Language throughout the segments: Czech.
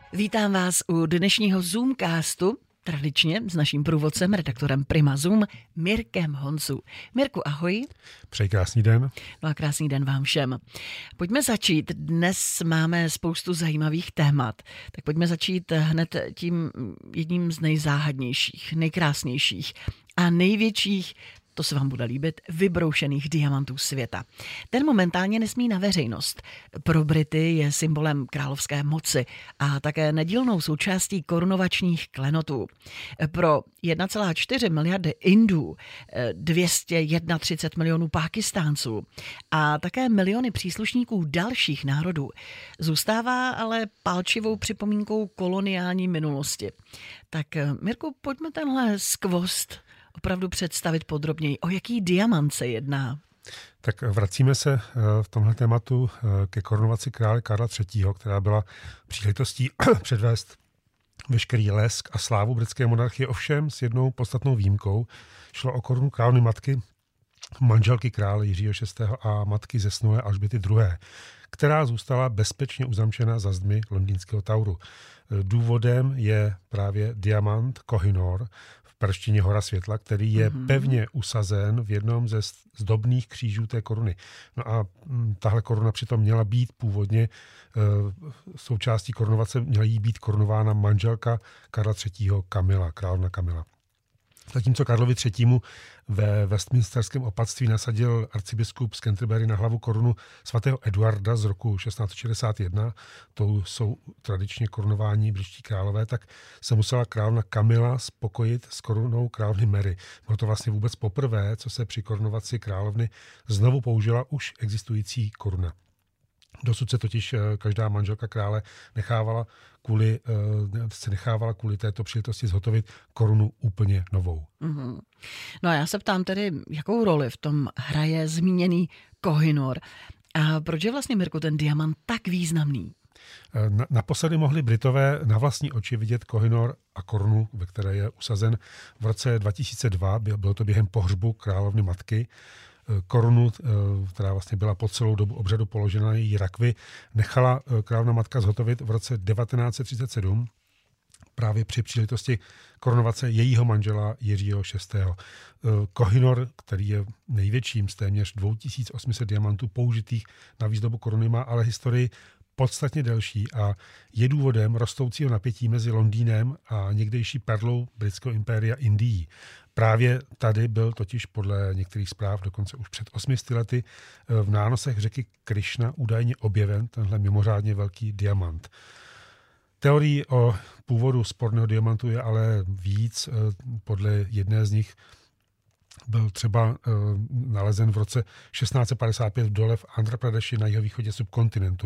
Vítám vás u dnešního Zoomcastu, tradičně s naším průvodcem, redaktorem Prima Zoom, Mirkem Honzů. Mirku, ahoj. Přeji krásný den. No a krásný den vám všem. Pojďme začít. Dnes máme spoustu zajímavých témat. Tak pojďme začít hned tím jedním z nejzáhadnějších, nejkrásnějších a největších, to se vám bude líbit, vybroušených diamantů světa. Ten momentálně nesmí na veřejnost. Pro Brity je symbolem královské moci a také nedílnou součástí korunovačních klenotů. Pro 1,4 miliardy Indů, 231 milionů Pákistánců a také miliony příslušníků dalších národů zůstává ale palčivou připomínkou koloniální minulosti. Tak Mirku, pojďme tenhle skvost opravdu představit podrobněji. O jaký diamant se jedná? Tak vracíme se v tomhle tématu ke korunovaci krále Karla III., která byla příležitostí předvést veškerý lesk a slávu britské monarchie, ovšem s jednou podstatnou výjimkou. Šlo o korunu královny matky, manželky krále Jiřího VI. A matky zesnulé Alžběty II., která zůstala bezpečně uzamčena za zdmi londýnského Toweru. Důvodem je právě diamant Koh-i-Noor, v perštině Hora světla, který je pevně usazen v jednom ze zdobných křížů té koruny. No a tahle koruna přitom měla být původně součástí korunovace, měla jí být korunována manželka Karla III. Kamila, královna Kamila. Zatímco Karlovi III. Ve Westminsterském opatství nasadil arcibiskup z Canterbury na hlavu korunu svatého Eduarda z roku 1661, to jsou tradičně korunováni britští králové, tak se musela královna Kamila spokojit s korunou královny Mary. Bylo to vlastně vůbec poprvé, co se při korunovaci královny znovu použila už existující koruna. Dosud se totiž každá manželka krále nechávala kvůli této příležitosti zhotovit korunu úplně novou. Mm-hmm. No a já se ptám tedy, jakou roli v tom hraje zmíněný Koh-i-Noor. A proč je vlastně, Mirku, ten diamant tak významný? Naposledy mohli Britové na vlastní oči vidět Koh-i-Noor a korunu, ve které je usazen v roce 2002. Bylo to během pohřbu královny matky. Korunu, která vlastně byla po celou dobu obřadu položena na její rakvi, nechala královna matka zhotovit v roce 1937 právě při příležitosti korunovace jejího manžela Jiřího VI. Koh-i-Noor, který je největším z téměř 2800 diamantů použitých na výzdobu koruny, má ale historii podstatně delší a je důvodem rostoucího napětí mezi Londýnem a někdejší perlou britského impéria Indií. Právě tady byl totiž podle některých zpráv dokonce už před 800 lety v nánosech řeky Krishna údajně objeven tenhle mimořádně velký diamant. Teorií o původu sporného diamantu je ale víc. Podle jedné z nich byl třeba nalezen v roce 1655 v dole v Andhra Pradeši na jihovýchodě subkontinentu.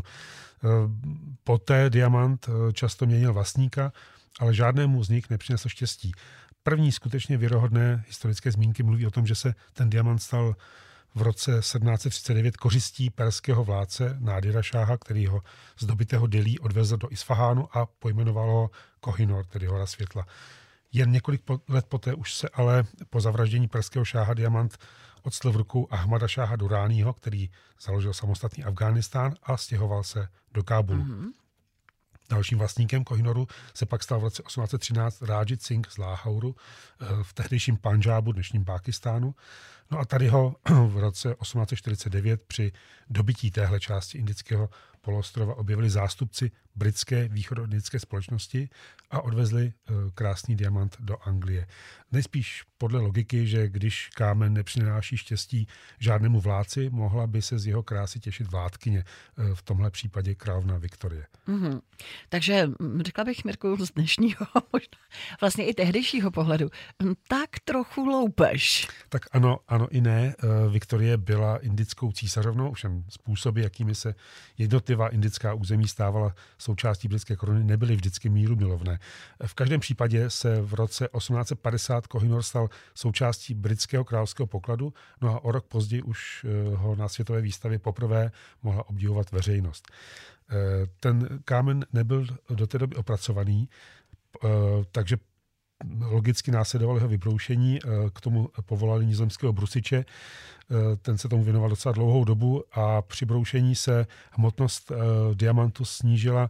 Poté diamant často měnil vlastníka, ale žádnému z nich nepřinesl štěstí. První skutečně věrohodné historické zmínky mluví o tom, že se ten diamant stal v roce 1739 kořistí perského vládce Nádira šáha, který ho z dobytého Dillí odvezl do Isfahánu a pojmenoval ho Koh-i-Noor, tedy Hora světla. Jen několik let poté už se ale po zavraždění perského šáha diamant odstl v rukou Ahmada šáha Duráního, který založil samostatný Afghánistán a stěhoval se do Kábulu. Mm-hmm. Dalším vlastníkem Koh-i-Nooru se pak stal v roce 1813 Rajit Singh z Láhauru v tehdejším Pandžábu, dnešním Pákistánu. No a tady ho v roce 1849 při dobytí téhle části indického poloostrova objevili zástupci britské východoindické společnosti a odvezli krásný diamant do Anglie. Nejspíš podle logiky, že když kámen nepřináší štěstí žádnému vládci, mohla by se z jeho krásy těšit vládkyně, v tomhle případě královna Viktorie. Mm-hmm. Takže řekla bych, Mirku, z dnešního, možná vlastně i tehdejšího pohledu, tak trochu loupeš. Tak ano i ne. Viktorie byla indickou císařovnou, ovšem způsoby, jakými se jednotlivá indická území stávala součástí britské koruny, nebyly vždycky mírumilovné. V každém případě se v roce 1850 Koh-i-Noor stal součástí britského královského pokladu, no a o rok později už ho na světové výstavě poprvé mohla obdivovat veřejnost. Ten kámen nebyl do té doby opracovaný, takže logicky následovalo jeho vybroušení, k tomu povolali nizozemského brusiče, ten se tomu věnoval docela dlouhou dobu a při broušení se hmotnost diamantu snížila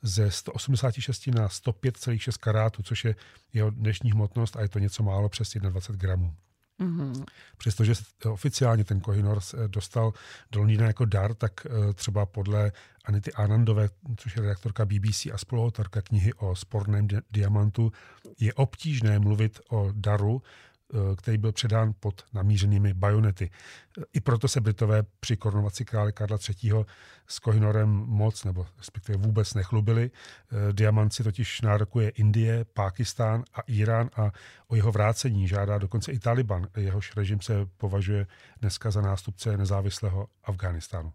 ze 186 na 105,6 karátů, což je jeho dnešní hmotnost a je to něco málo přes 21 gramů. Mm-hmm. Přestože oficiálně ten Kohinoor dostal do Londýna jako dar, tak třeba podle Anity Anandové, což je redaktorka BBC a spoluautorka knihy o sporném diamantu, je obtížné mluvit o daru, který byl předán pod namířenými bajonety. I proto se Britové při korunovaci krále Karla III. S Kohinoorem moc, nebo respektive vůbec nechlubili. Diamant si totiž nárokuje Indie, Pákistán a Irán a o jeho vrácení žádá dokonce i Taliban. Jehož režim se považuje dneska za nástupce nezávislého Afghánistánu.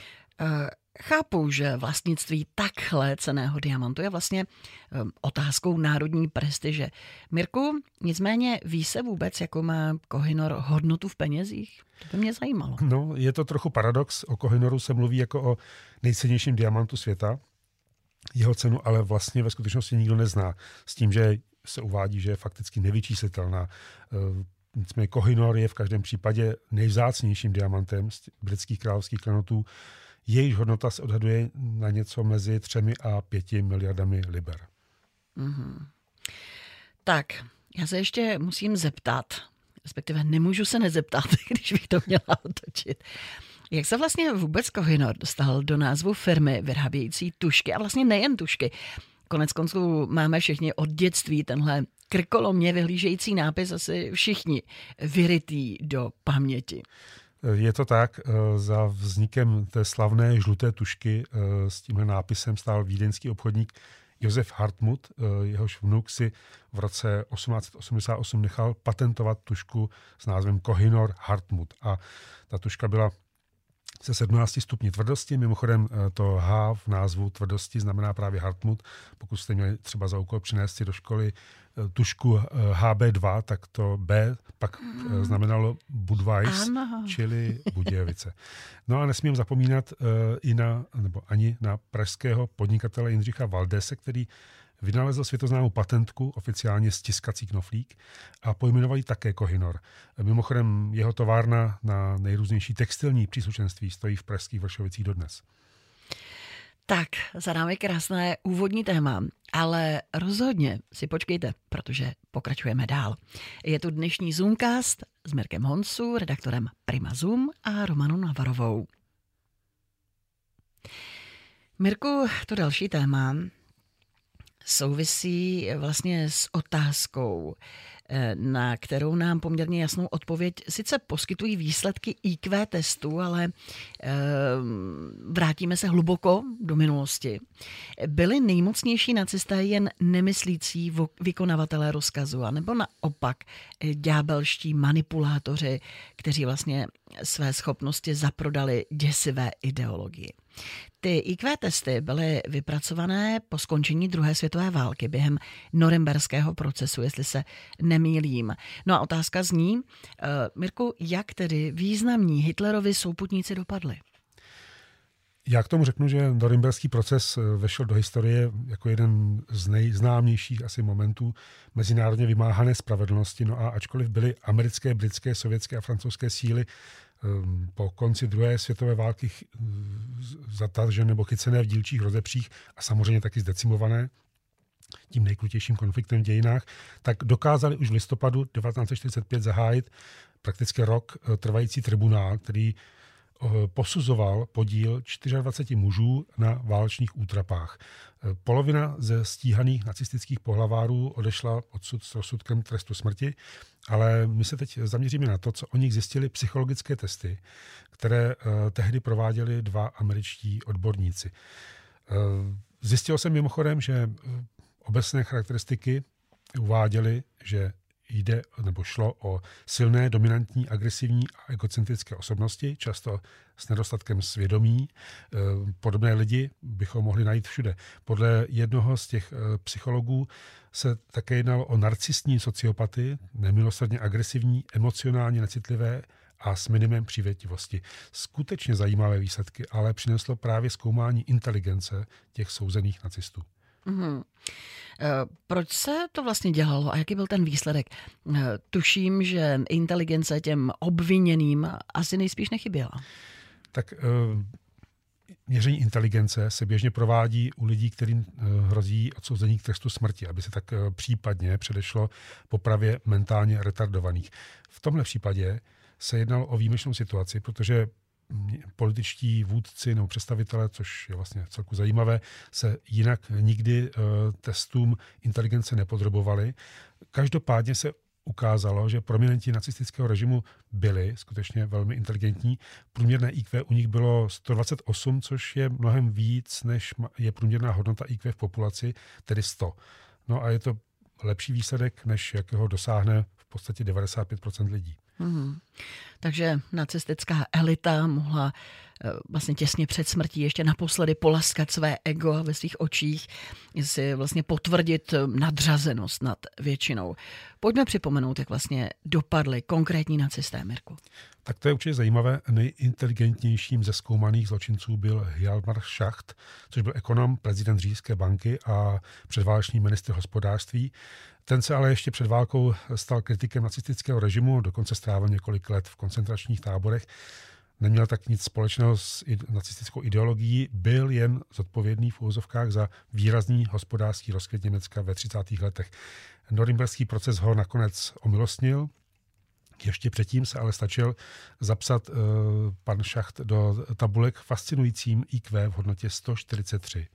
Chápu, že vlastnictví takhle cenného diamantu je vlastně otázkou národní prestiže. Mirku, nicméně ví se vůbec, jakou má Kohinoor hodnotu v penězích? To by mě zajímalo. No, je to trochu paradox. O Kohinooru se mluví jako o nejcennějším diamantu světa. Jeho cenu ale vlastně ve skutečnosti nikdo nezná. S tím, že se uvádí, že je fakticky nevyčíslitelná. Nicméně Kohinoor je v každém případě nejvzácnějším diamantem z britských královských klenotů. Jejich hodnota se odhaduje na něco mezi 3 a 5 miliardami liber. Mm-hmm. Tak, já se ještě musím zeptat, respektive nemůžu se nezeptat, když bych to měla otočit. Jak se vlastně vůbec Kohinoor dostal do názvu firmy vyrábějící tužky a vlastně nejen tužky? Koneckonců máme všichni od dětství tenhle krkolomně vyhlížející nápis asi všichni vyrytý do paměti. Je to tak, za vznikem té slavné žluté tužky s tímhle nápisem stál vídeňský obchodník Josef Hartmut. Jehož vnuk si v roce 1888 nechal patentovat tužku s názvem Kohinoor Hartmut. A ta tužka byla se 17 stupni tvrdosti. Mimochodem to H v názvu tvrdosti znamená právě Hartmut. Pokud jste měli třeba za úkol přinést si do školy tužku HB2, tak to B pak znamenalo Budweis, čili Budějovice. No a nesmím zapomínat ani na pražského podnikatele Jindřicha Valdese, který vynalezl světoznámou patentku, oficiálně stiskací knoflík, a pojmenoval ji také Kohinoor. Mimochodem jeho továrna na nejrůznější textilní příslušenství stojí v pražských Vršovicích dodnes. Tak, za námi krásné úvodní téma, ale rozhodně si počkejte, protože pokračujeme dál. Je tu dnešní Zoomcast s Mirkem Honsu, redaktorem Prima Zoom a Romanou Navarovou. Mirku, to další téma souvisí vlastně s otázkou, na kterou nám poměrně jasnou odpověď sice poskytují výsledky IQ testu, ale vrátíme se hluboko do minulosti. Byli nejmocnější nacisté jen nemyslící vykonavatelé rozkazu, anebo naopak ďábelští manipulátoři, kteří vlastně své schopnosti zaprodali děsivé ideologii. Ty IQ testy byly vypracované po skončení druhé světové války během norimberského procesu, jestli se nemýlím. No a otázka zní, Mirku, jak tedy významní Hitlerovi souputníci dopadli? Já k tomu řeknu, že norimberský proces vešel do historie jako jeden z nejznámějších asi momentů mezinárodně vymáhané spravedlnosti. No a ačkoliv byly americké, britské, sovětské a francouzské síly po konci druhé světové války zatažené nebo chycené v dílčích rozepřích a samozřejmě taky zdecimované tím nejkrutějším konfliktem v dějinách, tak dokázali už v listopadu 1945 zahájit prakticky rok trvající tribunál, který posuzoval podíl 24 mužů na válečných útrapách. Polovina ze stíhaných nacistických pohlavárů odešla odsud s rozsudkem trestu smrti, ale my se teď zaměříme na to, co o nich zjistili psychologické testy, které tehdy prováděli 2 američtí odborníci. Zjistil jsem mimochodem, že obecné charakteristiky uváděly, že jde nebo šlo o silné, dominantní, agresivní a egocentrické osobnosti, často s nedostatkem svědomí. Podobné lidi bychom mohli najít všude. Podle jednoho z těch psychologů se také jednalo o narcistní sociopaty, nemilosrdně agresivní, emocionálně necitlivé a s minimem přívětivosti. Skutečně zajímavé výsledky, ale přineslo právě zkoumání inteligence těch souzených nacistů. Mm-hmm. Proč se to vlastně dělalo a jaký byl ten výsledek? Tuším, že inteligence těm obviněným asi nejspíš nechyběla. Tak měření inteligence se běžně provádí u lidí, kterým hrozí odsouzení k trestu smrti, aby se tak případně předešlo popravě mentálně retardovaných. V tomhle případě se jednalo o výjimečnou situaci, protože političtí vůdci nebo představitelé, což je vlastně celku zajímavé, se jinak nikdy testům inteligence nepodrobovali. Každopádně se ukázalo, že prominenti nacistického režimu byli skutečně velmi inteligentní. Průměrné IQ u nich bylo 128, což je mnohem víc, než je průměrná hodnota IQ v populaci, tedy 100. No a je to lepší výsledek, než jakého dosáhne v podstatě 95% lidí. Takže nacistická elita mohla vlastně těsně před smrtí ještě naposledy polaskat své ego a ve svých očích si vlastně potvrdit nadřazenost nad většinou. Pojďme připomenout, jak vlastně dopadly konkrétní nacisté, Mirku. Tak to je určitě zajímavé. Nejinteligentnějším ze zkoumaných zločinců byl Hjalmar Schacht, což byl ekonom, prezident Říšské banky a předválečný ministr hospodářství. Ten se ale ještě před válkou stal kritikem nacistického režimu, dokonce strávil několik let v koncentračních táborech. Neměl tak nic společného s nacistickou ideologií, byl jen zodpovědný v úvozovkách za výrazný hospodářský rozkvět Německa ve 30. letech. Norimberský proces ho nakonec omilostnil. Ještě předtím se ale stačil zapsat pan Schacht do tabulek fascinujícím IQ v hodnotě 143.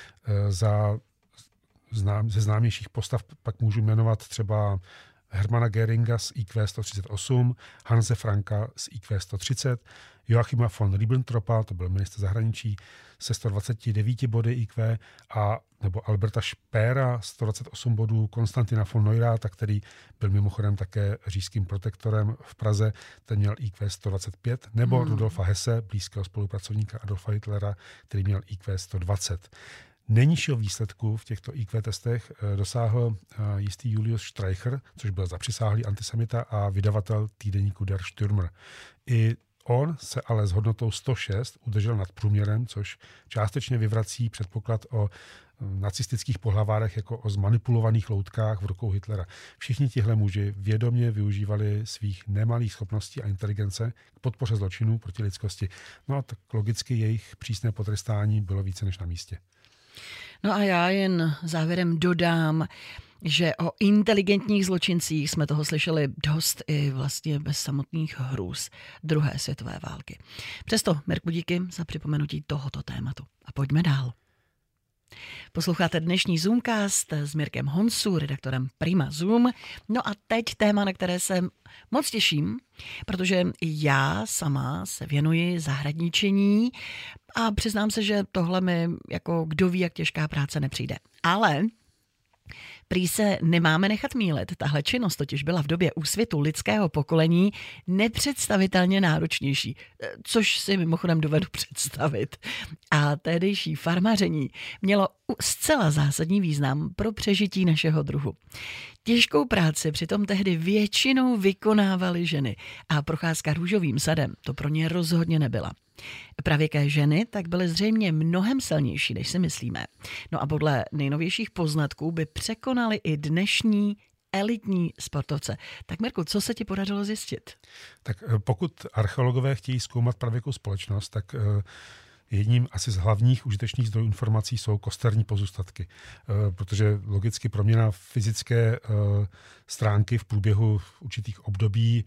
Ze známějších postav pak můžu jmenovat třeba Hermana Göringa s IQ 138, Hanse Franka s IQ 130, Joachima von Ribbentropa, to byl ministr zahraničí, se 129 body IQ, nebo Alberta Speera 128 bodů, Konstantina von Neurata, který byl mimochodem také říšským protektorem v Praze, ten měl IQ 125, nebo Rudolfa Hesse, blízkého spolupracovníka Adolfa Hitlera, který měl IQ 120. Nejnižšího výsledku v těchto IQ testech dosáhl jistý Julius Streicher, což byl zapřisáhlý antisemita a vydavatel týdeníku Der Stürmer. I on se ale s hodnotou 106 udržel nad průměrem, což částečně vyvrací předpoklad o nacistických pohlavárech jako o zmanipulovaných loutkách v rukou Hitlera. Všichni tihle muži vědomě využívali svých nemalých schopností a inteligence k podpoře zločinů proti lidskosti. No a tak logicky jejich přísné potrestání bylo více než na místě. No a já jen závěrem dodám, že o inteligentních zločincích jsme toho slyšeli dost i vlastně bez samotných hrůz druhé světové války. Přesto, Mirku, díky za připomenutí tohoto tématu. A pojďme dál. Posloucháte dnešní Zoomcast s Mirkem Honsu, redaktorem Prima Zoom. No a teď téma, na které se moc těším, protože já sama se věnuji zahradničení a přiznám se, že tohle mi jako kdo ví, jak těžká práce nepřijde. Ale prý se nemáme nechat mýlit. Tahle činnost totiž byla v době úsvitu lidského pokolení nepředstavitelně náročnější, což si mimochodem dovedu představit. A tehdejší farmaření mělo zcela zásadní význam pro přežití našeho druhu. Těžkou práci přitom tehdy většinou vykonávaly ženy a procházka růžovým sadem to pro ně rozhodně nebyla. Pravěké ženy tak byly zřejmě mnohem silnější, než si myslíme. No a podle nejnovějších poznatků by překonaly i dnešní elitní sportovce. Tak Mirku, co se ti podařilo zjistit? Tak pokud archeologové chtějí zkoumat pravěkou společnost, tak jedním asi z hlavních užitečných zdrojů informací jsou kosterní pozůstatky, protože logicky proměna fyzické stránky v průběhu určitých období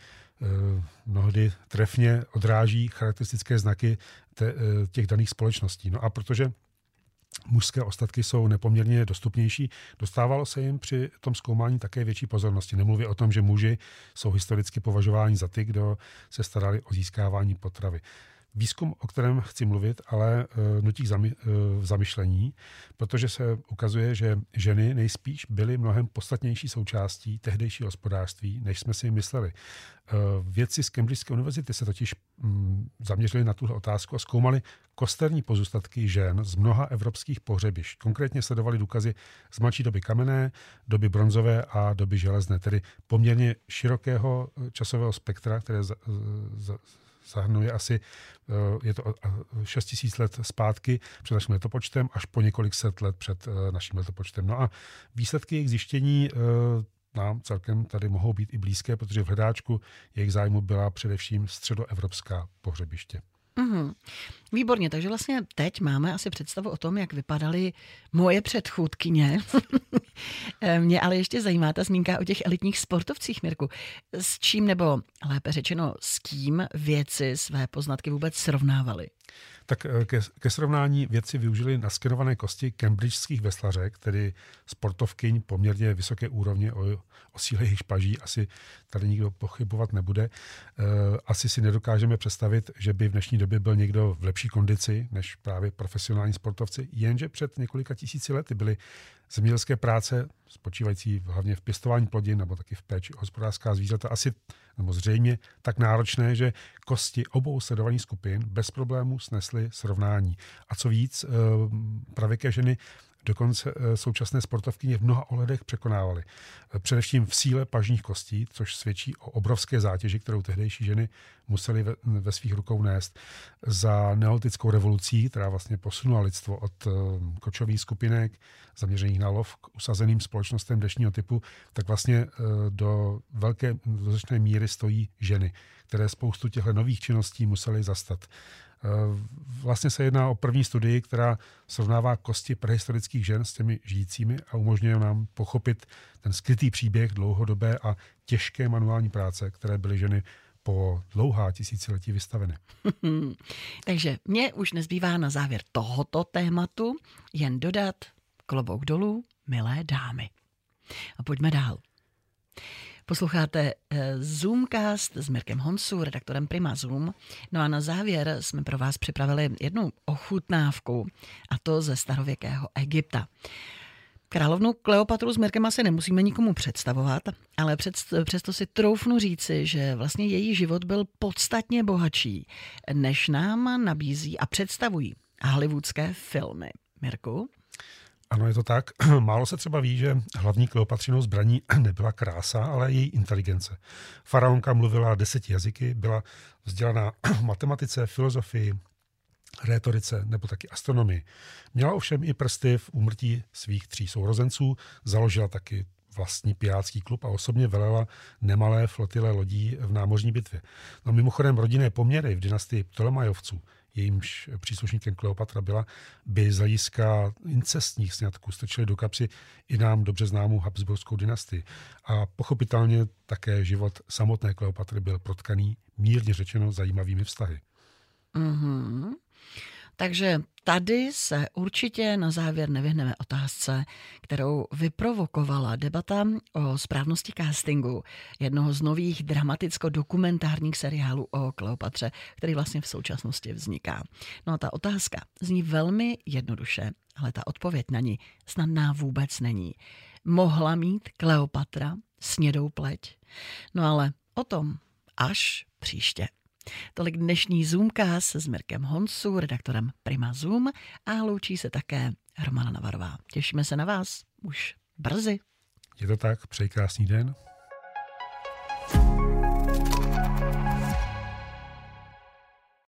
mnohdy trefně odráží charakteristické znaky těch daných společností. No a protože mužské ostatky jsou nepoměrně dostupnější, dostávalo se jim při tom zkoumání také větší pozornosti. Nemluvě o tom, že muži jsou historicky považováni za ty, kdo se starali o získávání potravy. Výzkum, o kterém chci mluvit, ale nutí k zamyšlení, protože se ukazuje, že ženy nejspíš byly mnohem podstatnější součástí tehdejšího hospodářství, než jsme si mysleli. Vědci z Cambridgeské univerzity se totiž zaměřili na tuhle otázku a zkoumali kosterní pozůstatky žen z mnoha evropských pohřebišť. Konkrétně sledovali důkazy z mladší doby kamenné, doby bronzové a doby železné, tedy poměrně širokého časového spektra, které zahrnuje asi, je to 6 000 let zpátky před naším letopočtem až po několik set let před naším letopočtem. No a výsledky jejich zjištění nám celkem tady mohou být i blízké, protože v hledáčku jejich zájmu byla především středoevropská pohřebiště. Mhm. Výborně, takže vlastně teď máme asi představu o tom, jak vypadaly moje předchůdkyně. Mě ale ještě zajímá ta zmínka o těch elitních sportovcích, Mirku. S čím, nebo lépe řečeno, s kým vědci své poznatky vůbec srovnávali? Tak ke srovnání vědci využili naskenované kosti cambridgeských veslařek, tedy sportovkyň poměrně vysoké úrovně o síle jejich paží. Asi tady nikdo pochybovat nebude. Asi si nedokážeme představit, že by v dnešní době byl někdo v lepší kondici než právě profesionální sportovci, jenže před několika tisíci lety byly zemědělské práce, spočívající hlavně v pěstování plodin nebo taky v péči o hospodářská zvířata, asi nebo zřejmě tak náročné, že kosti obou sledovaných skupin bez problémů snesly srovnání. A co víc, pravěké ženy dokonce současné sportovkyně v mnoha ohledech překonávaly. Především v síle pažních kostí, což svědčí o obrovské zátěži, kterou tehdejší ženy musely ve svých rukou nést. Za neolitickou revolucí, která vlastně posunula lidstvo od kočových skupinek zaměřených na lov k usazeným společnostem dnešního typu, tak vlastně do velké dostatečné míry stojí ženy, které spoustu těchto nových činností musely zastat. Vlastně se jedná o první studii, která srovnává kosti prehistorických žen s těmi žijícími a umožňuje nám pochopit ten skrytý příběh dlouhodobé a těžké manuální práce, které byly ženy po dlouhá tisíciletí vystaveny. Takže mně už nezbývá na závěr tohoto tématu jen dodat klobouk dolů, milé dámy. A pojďme dál. Posloucháte Zoomcast s Mirkem Honsu, redaktorem Prima Zoom. No a na závěr jsme pro vás připravili jednu ochutnávku, a to ze starověkého Egypta. Královnu Kleopatru s Mirkem asi nemusíme nikomu představovat, ale přesto si troufnu říci, že vlastně její život byl podstatně bohatší, než nám nabízí a představují hollywoodské filmy. Mirku? Ano, je to tak. Málo se třeba ví, že hlavní Kleopatřinou zbraní nebyla krása, ale její inteligence. Faraonka mluvila 10 jazyky, byla vzdělaná v matematice, filozofii, rétorice nebo taky astronomii. Měla ovšem i prsty v úmrtí svých 3 sourozenců, založila taky vlastní pirátský klub a osobně velela nemalé flotile lodí v námořní bitvě. No mimochodem rodinné poměry v dynastii Ptolemajovců, jejímž příslušníkem Kleopatra byla, by z hlediska incestních sňatků strčily do kapsy i nám dobře známou Habsburskou dynastii. A pochopitelně také život samotné Kleopatry byl protkaný, mírně řečeno, zajímavými vztahy. Mm-hmm. Takže tady se určitě na závěr nevyhneme otázce, kterou vyprovokovala debata o správnosti castingu jednoho z nových dramaticko-dokumentárních seriálů o Kleopatře, který vlastně v současnosti vzniká. No a ta otázka zní velmi jednoduše, ale ta odpověď na ní snadná vůbec není. Mohla mít Kleopatra snědou pleť? No ale o tom až příště. Tolik dnešní Zoomcast s Mirkem Honsu, redaktorem Prima Zoom, a loučí se také Romana Navarová. Těšíme se na vás už brzy. Je to tak, přeji krásný den.